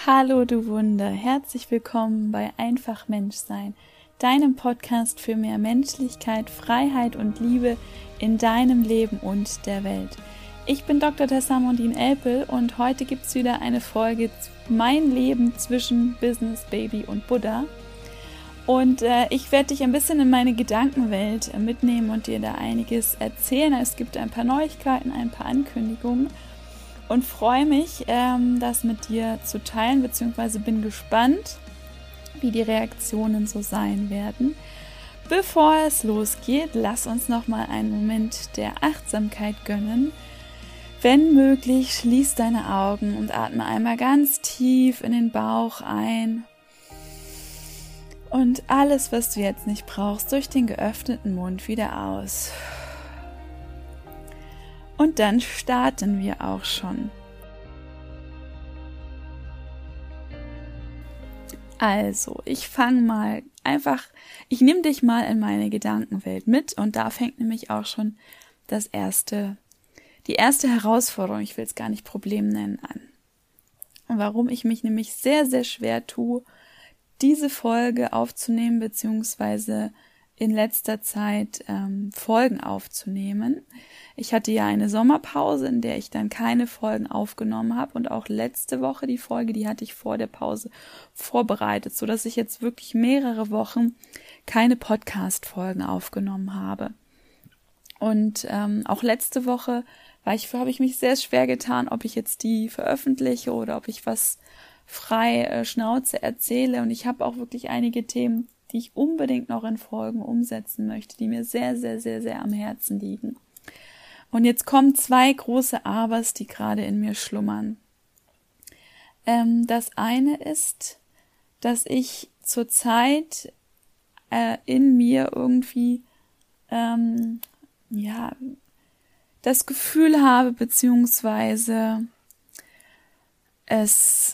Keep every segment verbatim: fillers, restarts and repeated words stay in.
Hallo du Wunder, herzlich willkommen bei Einfach Menschsein, deinem Podcast für mehr Menschlichkeit, Freiheit und Liebe in deinem Leben und der Welt. Ich bin Doktor Tessamondine Elpel und heute gibt es wieder eine Folge Mein Leben zwischen Business, Baby und Buddha. Und äh, ich werde dich ein bisschen in meine Gedankenwelt äh, mitnehmen und dir da einiges erzählen. Es gibt ein paar Neuigkeiten, ein paar Ankündigungen. Und freue mich, ähm, das mit dir zu teilen, beziehungsweise bin gespannt, wie die Reaktionen so sein werden. Bevor es losgeht, lass uns nochmal einen Moment der Achtsamkeit gönnen. Wenn möglich, schließ deine Augen und atme einmal ganz tief in den Bauch ein. Und alles, was du jetzt nicht brauchst, durch den geöffneten Mund wieder aus. Und dann starten wir auch schon. Also, ich fange mal einfach, ich nehme dich mal in meine Gedankenwelt mit und da fängt nämlich auch schon das erste, die erste Herausforderung, ich will es gar nicht Problem nennen, an. Und warum ich mich nämlich sehr, sehr schwer tue, diese Folge aufzunehmen, beziehungsweise in letzter Zeit ähm, Folgen aufzunehmen. Ich hatte ja eine Sommerpause, in der ich dann keine Folgen aufgenommen habe und auch letzte Woche die Folge, die hatte ich vor der Pause vorbereitet, so dass ich jetzt wirklich mehrere Wochen keine Podcast-Folgen aufgenommen habe. Und ähm, auch letzte Woche war ich, habe ich mich sehr schwer getan, ob ich jetzt die veröffentliche oder ob ich was frei äh, Schnauze erzähle. Und ich habe auch wirklich einige Themen, die ich unbedingt noch in Folgen umsetzen möchte, die mir sehr, sehr, sehr, sehr am Herzen liegen. Und jetzt kommen zwei große Abers, die gerade in mir schlummern. Ähm, das eine ist, dass ich zurzeit äh, in mir irgendwie ähm, ja das Gefühl habe, beziehungsweise es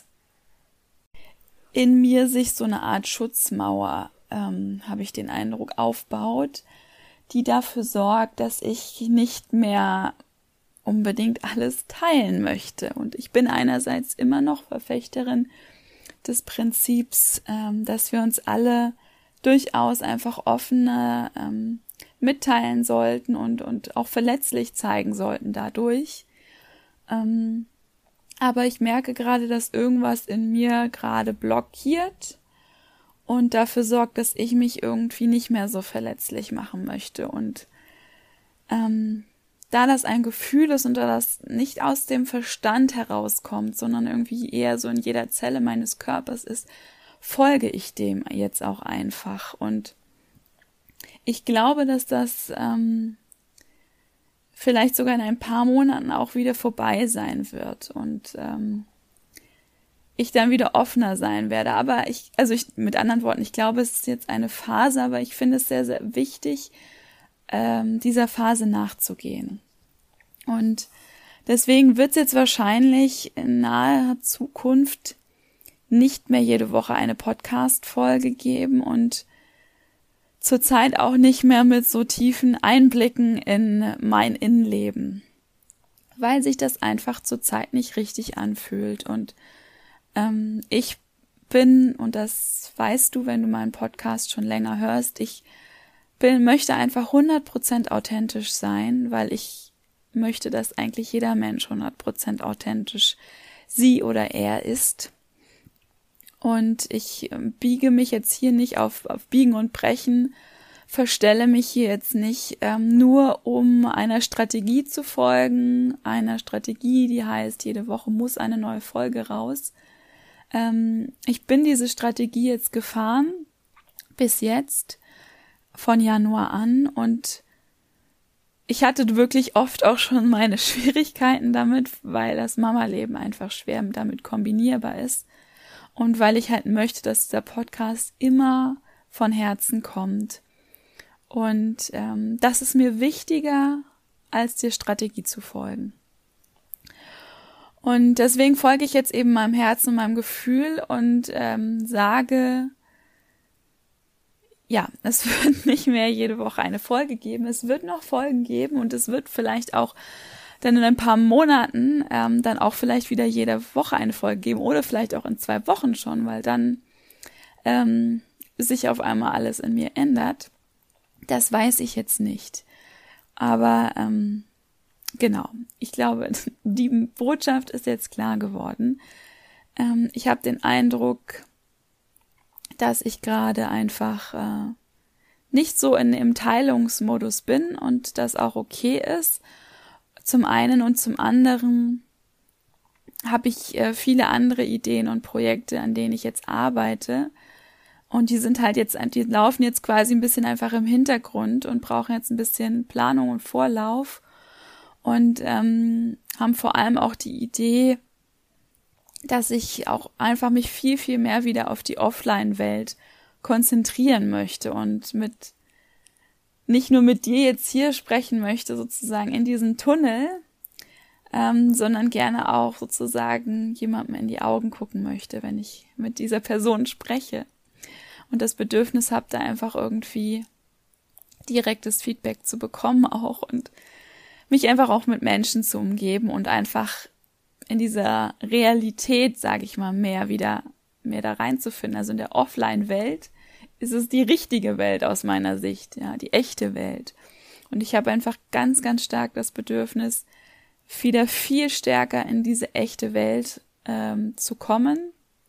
in mir sich so eine Art Schutzmauer, ähm, habe ich den Eindruck, aufbaut, die dafür sorgt, dass ich nicht mehr unbedingt alles teilen möchte. Und ich bin einerseits immer noch Verfechterin des Prinzips, ähm, dass wir uns alle durchaus einfach offener ähm, mitteilen sollten und, und auch verletzlich zeigen sollten dadurch. Ähm, aber ich merke gerade, dass irgendwas in mir gerade blockiert und dafür sorgt, dass ich mich irgendwie nicht mehr so verletzlich machen möchte. Und ähm, da das ein Gefühl ist und da das nicht aus dem Verstand herauskommt, sondern irgendwie eher so in jeder Zelle meines Körpers ist, folge ich dem jetzt auch einfach. Und ich glaube, dass das ähm, vielleicht sogar in ein paar Monaten auch wieder vorbei sein wird und ähm, ich dann wieder offener sein werde. Aber ich, also ich, mit anderen Worten, ich glaube, es ist jetzt eine Phase, aber ich finde es sehr, sehr wichtig, ähm, dieser Phase nachzugehen. Und deswegen wird es jetzt wahrscheinlich in naher Zukunft nicht mehr jede Woche eine Podcast-Folge geben und zurzeit auch nicht mehr mit so tiefen Einblicken in mein Innenleben, weil sich das einfach zurzeit nicht richtig anfühlt. Und ähm, ich bin, und das weißt du, wenn du meinen Podcast schon länger hörst, ich bin, möchte einfach hundert Prozent authentisch sein, weil ich möchte, dass eigentlich jeder Mensch hundert Prozent authentisch sie oder er ist. Und ich biege mich jetzt hier nicht auf, auf Biegen und Brechen, verstelle mich hier jetzt nicht ähm, nur, um einer Strategie zu folgen, einer Strategie, die heißt, jede Woche muss eine neue Folge raus. Ähm, ich bin diese Strategie jetzt gefahren, bis jetzt, von Januar an, und ich hatte wirklich oft auch schon meine Schwierigkeiten damit, weil das Mama-Leben einfach schwer damit kombinierbar ist. Und weil ich halt möchte, dass dieser Podcast immer von Herzen kommt. Und ähm, das ist mir wichtiger, als der Strategie zu folgen. Und deswegen folge ich jetzt eben meinem Herzen und meinem Gefühl und ähm, sage, ja, es wird nicht mehr jede Woche eine Folge geben. Es wird noch Folgen geben und es wird vielleicht auch dann in ein paar Monaten ähm, dann auch vielleicht wieder jede Woche eine Folge geben oder vielleicht auch in zwei Wochen schon, weil dann ähm, sich auf einmal alles in mir ändert. Das weiß ich jetzt nicht. Aber ähm, genau, ich glaube, die Botschaft ist jetzt klar geworden. Ähm, ich habe den Eindruck, dass ich gerade einfach äh, nicht so in im Teilungsmodus bin und das auch okay ist. Zum einen und zum anderen habe ich äh, viele andere Ideen und Projekte, an denen ich jetzt arbeite. Und die sind halt jetzt, die laufen jetzt quasi ein bisschen einfach im Hintergrund und brauchen jetzt ein bisschen Planung und Vorlauf. Und ähm, haben vor allem auch die Idee, dass ich auch einfach mich viel, viel mehr wieder auf die Offline-Welt konzentrieren möchte und mit nicht nur mit dir jetzt hier sprechen möchte, sozusagen in diesem Tunnel, ähm, sondern gerne auch sozusagen jemandem in die Augen gucken möchte, wenn ich mit dieser Person spreche. Und das Bedürfnis habe, da einfach irgendwie direktes Feedback zu bekommen auch und mich einfach auch mit Menschen zu umgeben und einfach in dieser Realität, sage ich mal, mehr wieder mehr da reinzufinden. Also in der Offline-Welt ist es die richtige Welt aus meiner Sicht, ja, die echte Welt. Und ich habe einfach ganz, ganz stark das Bedürfnis, wieder viel stärker in diese echte Welt ähm, zu kommen.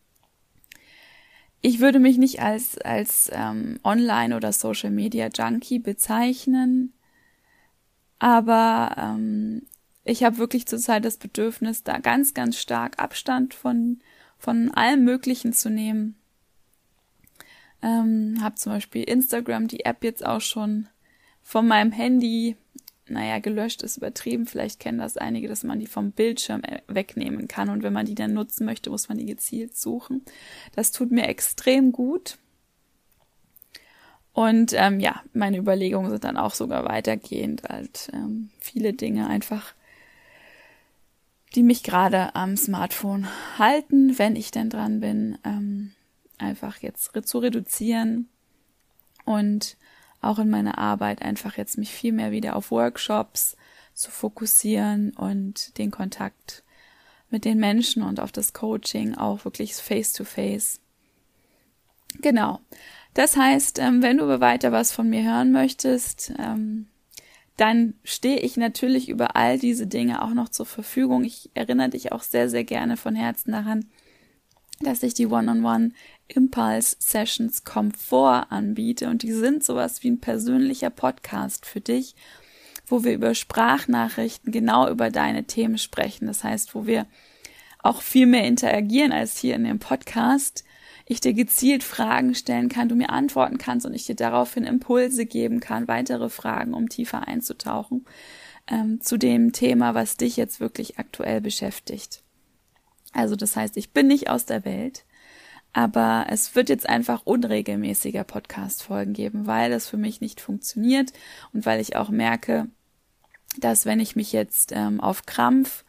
Ich würde mich nicht als als ähm, Online- oder Social-Media-Junkie bezeichnen, aber ähm, ich habe wirklich zurzeit das Bedürfnis, da ganz, ganz stark Abstand von von allem Möglichen zu nehmen. Ähm, habe zum Beispiel Instagram, die App jetzt auch schon von meinem Handy, naja, gelöscht ist übertrieben, vielleicht kennen das einige, dass man die vom Bildschirm wegnehmen kann und wenn man die dann nutzen möchte, muss man die gezielt suchen. Das tut mir extrem gut. Und ähm, ja, meine Überlegungen sind dann auch sogar weitergehend, halt ähm, viele Dinge einfach, die mich gerade am Smartphone halten, wenn ich denn dran bin, ähm, einfach jetzt re- zu reduzieren und auch in meiner Arbeit einfach jetzt mich viel mehr wieder auf Workshops zu fokussieren und den Kontakt mit den Menschen und auf das Coaching auch wirklich face to face. Genau. Das heißt, ähm, wenn du weiter was von mir hören möchtest, ähm, dann stehe ich natürlich über all diese Dinge auch noch zur Verfügung. Ich erinnere dich auch sehr, sehr gerne von Herzen daran, dass ich die One-on-One-Impulse-Sessions Komfort anbiete und die sind sowas wie ein persönlicher Podcast für dich, wo wir über Sprachnachrichten genau über deine Themen sprechen. Das heißt, wo wir auch viel mehr interagieren als hier in dem Podcast. Ich dir gezielt Fragen stellen kann, du mir antworten kannst und ich dir daraufhin Impulse geben kann, weitere Fragen, um tiefer einzutauchen, ähm, zu dem Thema, was dich jetzt wirklich aktuell beschäftigt. Also das heißt, ich bin nicht aus der Welt, aber es wird jetzt einfach unregelmäßiger Podcast-Folgen geben, weil das für mich nicht funktioniert und weil ich auch merke, dass wenn ich mich jetzt ähm, auf Krampf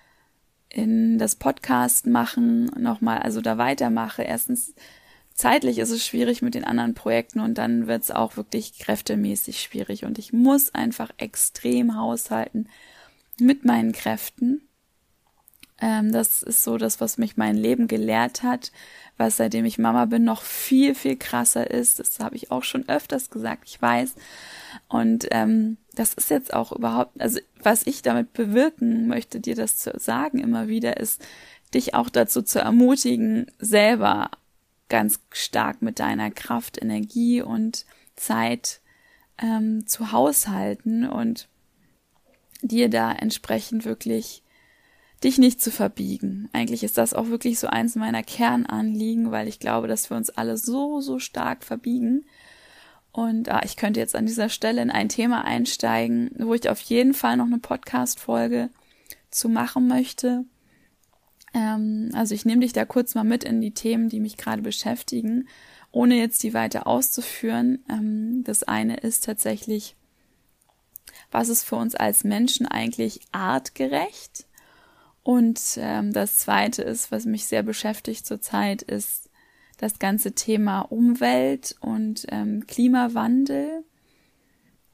in das Podcast machen nochmal, also da weitermache, erstens zeitlich ist es schwierig mit den anderen Projekten und dann wird es auch wirklich kräftemäßig schwierig und ich muss einfach extrem haushalten mit meinen Kräften. Ähm, das ist so das, was mich mein Leben gelehrt hat, was seitdem ich Mama bin noch viel, viel krasser ist. Das habe ich auch schon öfters gesagt, ich weiß. Und ähm, das ist jetzt auch überhaupt, also was ich damit bewirken möchte, dir das zu sagen immer wieder, ist, dich auch dazu zu ermutigen, selber ganz stark mit deiner Kraft, Energie und Zeit ähm, zu haushalten und dir da entsprechend wirklich dich nicht zu verbiegen. Eigentlich ist das auch wirklich so eins meiner Kernanliegen, weil ich glaube, dass wir uns alle so, so stark verbiegen. Und ah, ich könnte jetzt an dieser Stelle in ein Thema einsteigen, wo ich auf jeden Fall noch eine Podcast-Folge zu machen möchte. Ähm, also ich nehme dich da kurz mal mit in die Themen, die mich gerade beschäftigen, ohne jetzt die weiter auszuführen. Ähm, das eine ist tatsächlich, was ist für uns als Menschen eigentlich artgerecht? Und ähm, das zweite ist, was mich sehr beschäftigt zurzeit, ist das ganze Thema Umwelt und ähm, Klimawandel.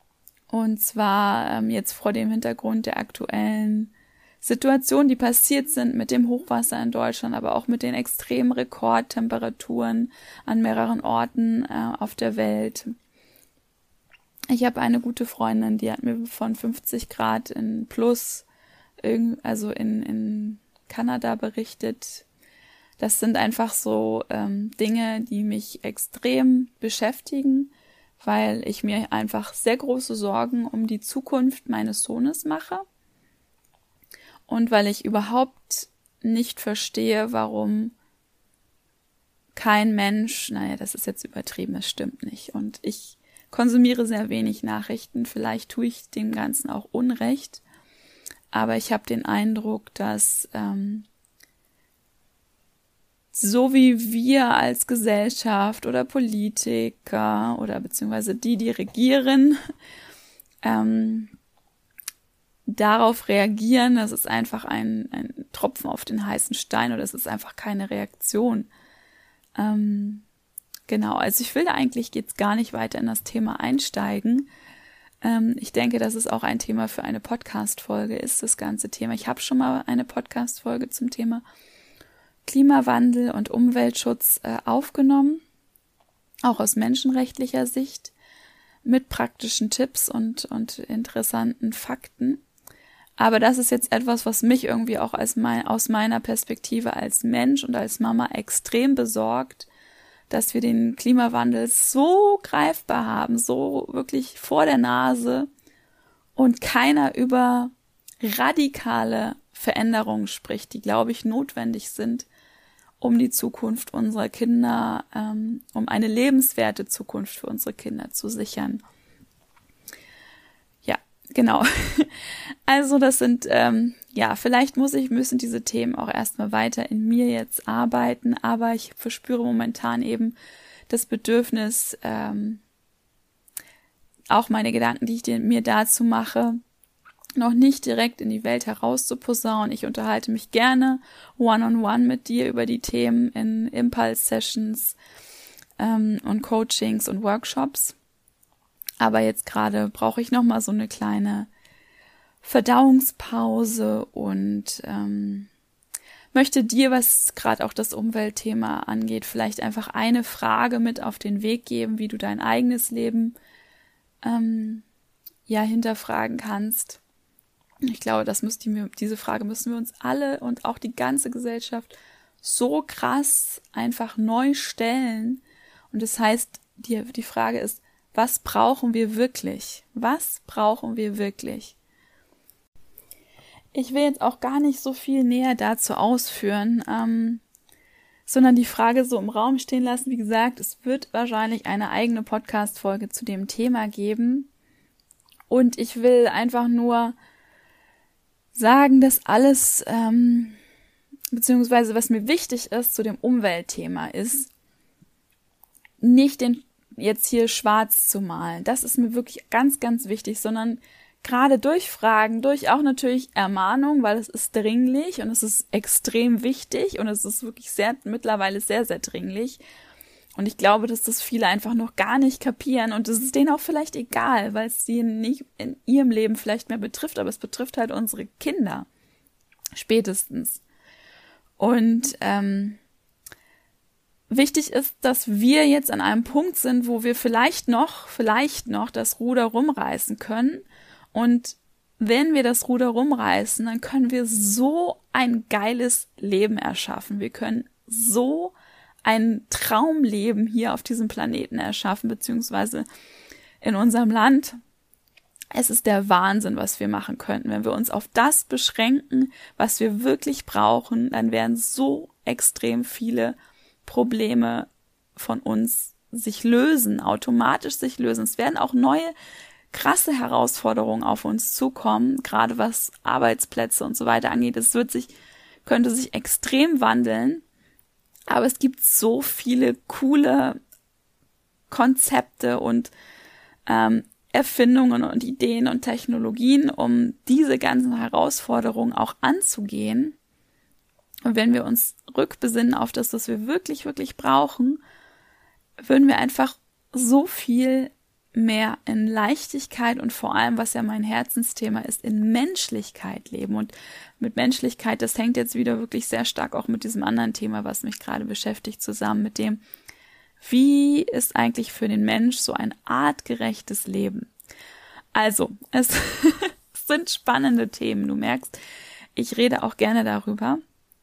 Und zwar ähm, jetzt vor dem Hintergrund der aktuellen Situationen, die passiert sind mit dem Hochwasser in Deutschland, aber auch mit den extremen Rekordtemperaturen an mehreren Orten äh, auf der Welt. Ich habe eine gute Freundin, die hat mir von fünfzig Grad in Plus, also in, in Kanada berichtet. Das sind einfach so ähm, Dinge, die mich extrem beschäftigen, weil ich mir einfach sehr große Sorgen um die Zukunft meines Sohnes mache. Und weil ich überhaupt nicht verstehe, warum kein Mensch, naja, das ist jetzt übertrieben, das stimmt nicht. Und ich konsumiere sehr wenig Nachrichten, vielleicht tue ich dem Ganzen auch Unrecht, aber ich habe den Eindruck, dass ähm, so wie wir als Gesellschaft oder Politiker oder beziehungsweise die, die regieren, ähm, darauf reagieren, das ist einfach ein, ein Tropfen auf den heißen Stein oder es ist einfach keine Reaktion. Ähm, genau, also ich will da eigentlich jetzt gar nicht weiter in das Thema einsteigen. Ähm, ich denke, dass es auch ein Thema für eine Podcast-Folge ist, das ganze Thema. Ich habe schon mal eine Podcast-Folge zum Thema Klimawandel und Umweltschutz äh, aufgenommen, auch aus menschenrechtlicher Sicht, mit praktischen Tipps und, und interessanten Fakten. Aber das ist jetzt etwas, was mich irgendwie auch als mein, aus meiner Perspektive als Mensch und als Mama extrem besorgt, dass wir den Klimawandel so greifbar haben, so wirklich vor der Nase und keiner über radikale Veränderungen spricht, die, glaube ich, notwendig sind, um die Zukunft unserer Kinder, ähm, um eine lebenswerte Zukunft für unsere Kinder zu sichern. Genau. Also das sind, ähm, ja, vielleicht muss ich, müssen diese Themen auch erstmal weiter in mir jetzt arbeiten, aber ich verspüre momentan eben das Bedürfnis, ähm, auch meine Gedanken, die ich mir dazu mache, noch nicht direkt in die Welt herauszuposaunen. Ich unterhalte mich gerne one-on-one mit dir über die Themen in Impulse-Sessions ähm, und Coachings und Workshops. Aber jetzt gerade brauche ich nochmal so eine kleine Verdauungspause und ähm, möchte dir, was gerade auch das Umweltthema angeht, vielleicht einfach eine Frage mit auf den Weg geben, wie du dein eigenes Leben ähm, ja hinterfragen kannst. Ich glaube, das müsste wir, diese Frage müssen wir uns alle und auch die ganze Gesellschaft so krass einfach neu stellen. Und das heißt, die, die Frage ist, was brauchen wir wirklich? Was brauchen wir wirklich? Ich will jetzt auch gar nicht so viel näher dazu ausführen, ähm, sondern die Frage so im Raum stehen lassen. Wie gesagt, es wird wahrscheinlich eine eigene Podcast-Folge zu dem Thema geben. Und ich will einfach nur sagen, dass alles, ähm, beziehungsweise was mir wichtig ist zu dem Umweltthema ist, nicht den jetzt hier schwarz zu malen. Das ist mir wirklich ganz, ganz wichtig, sondern gerade durch Fragen, durch auch natürlich Ermahnung, weil es ist dringlich und es ist extrem wichtig und es ist wirklich sehr, mittlerweile sehr, sehr dringlich. Und ich glaube, dass das viele einfach noch gar nicht kapieren und es ist denen auch vielleicht egal, weil es sie nicht in ihrem Leben vielleicht mehr betrifft, aber es betrifft halt unsere Kinder spätestens. Und ähm, wichtig ist, dass wir jetzt an einem Punkt sind, wo wir vielleicht noch, vielleicht noch das Ruder rumreißen können. Und wenn wir das Ruder rumreißen, dann können wir so ein geiles Leben erschaffen. Wir können so ein Traumleben hier auf diesem Planeten erschaffen, beziehungsweise in unserem Land. Es ist der Wahnsinn, was wir machen könnten. Wenn wir uns auf das beschränken, was wir wirklich brauchen, dann werden so extrem viele Probleme von uns sich lösen, automatisch sich lösen. Es werden auch neue, krasse Herausforderungen auf uns zukommen, gerade was Arbeitsplätze und so weiter angeht. Es wird sich, könnte sich extrem wandeln, aber es gibt so viele coole Konzepte und ähm, Erfindungen und Ideen und Technologien, um diese ganzen Herausforderungen auch anzugehen. Und wenn wir uns rückbesinnen auf das, was wir wirklich, wirklich brauchen, würden wir einfach so viel mehr in Leichtigkeit und vor allem, was ja mein Herzensthema ist, in Menschlichkeit leben. Und mit Menschlichkeit, das hängt jetzt wieder wirklich sehr stark auch mit diesem anderen Thema, was mich gerade beschäftigt, zusammen mit dem, wie ist eigentlich für den Mensch so ein artgerechtes Leben? Also, es sind spannende Themen, du merkst, ich rede auch gerne darüber.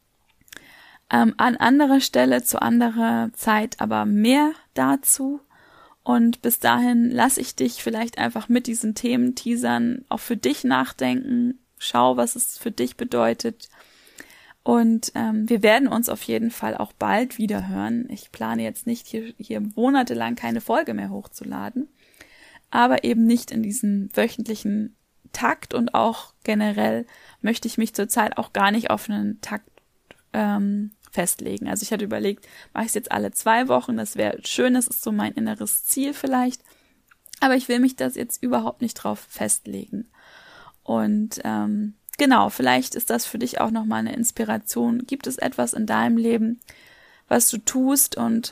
Ähm, an anderer Stelle, zu anderer Zeit, aber mehr dazu. Und bis dahin lasse ich dich vielleicht einfach mit diesen Themen teasern, auch für dich nachdenken, schau, was es für dich bedeutet. Und ähm, wir werden uns auf jeden Fall auch bald wieder hören. Ich plane jetzt nicht, hier, hier monatelang keine Folge mehr hochzuladen, aber eben nicht in diesem wöchentlichen Takt und auch generell möchte ich mich zurzeit auch gar nicht auf einen Takt ähm, festlegen. Also ich hatte überlegt, mache ich es jetzt alle zwei Wochen, das wäre schön, das ist so mein inneres Ziel vielleicht, aber ich will mich das jetzt überhaupt nicht drauf festlegen. Und ähm, genau, vielleicht ist das für dich auch nochmal eine Inspiration. Gibt es etwas in deinem Leben, was du tust und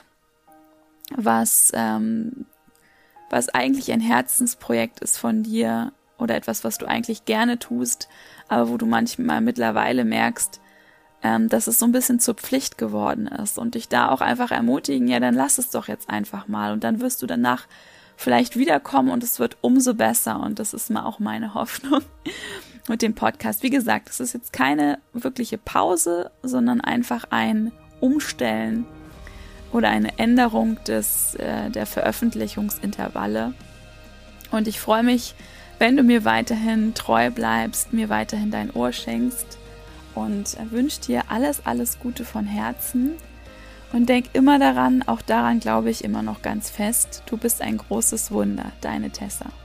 was, ähm, was eigentlich ein Herzensprojekt ist von dir oder etwas, was du eigentlich gerne tust, aber wo du manchmal mittlerweile merkst, dass es so ein bisschen zur Pflicht geworden ist und dich da auch einfach ermutigen, ja, dann lass es doch jetzt einfach mal und dann wirst du danach vielleicht wiederkommen und es wird umso besser und das ist mal auch meine Hoffnung mit dem Podcast. Wie gesagt, es ist jetzt keine wirkliche Pause, sondern einfach ein Umstellen oder eine Änderung des äh, der Veröffentlichungsintervalle und ich freue mich, wenn du mir weiterhin treu bleibst, mir weiterhin dein Ohr schenkst. Und wünsche dir alles, alles Gute von Herzen und denk immer daran, auch daran glaube ich immer noch ganz fest, du bist ein großes Wunder, deine Tessa.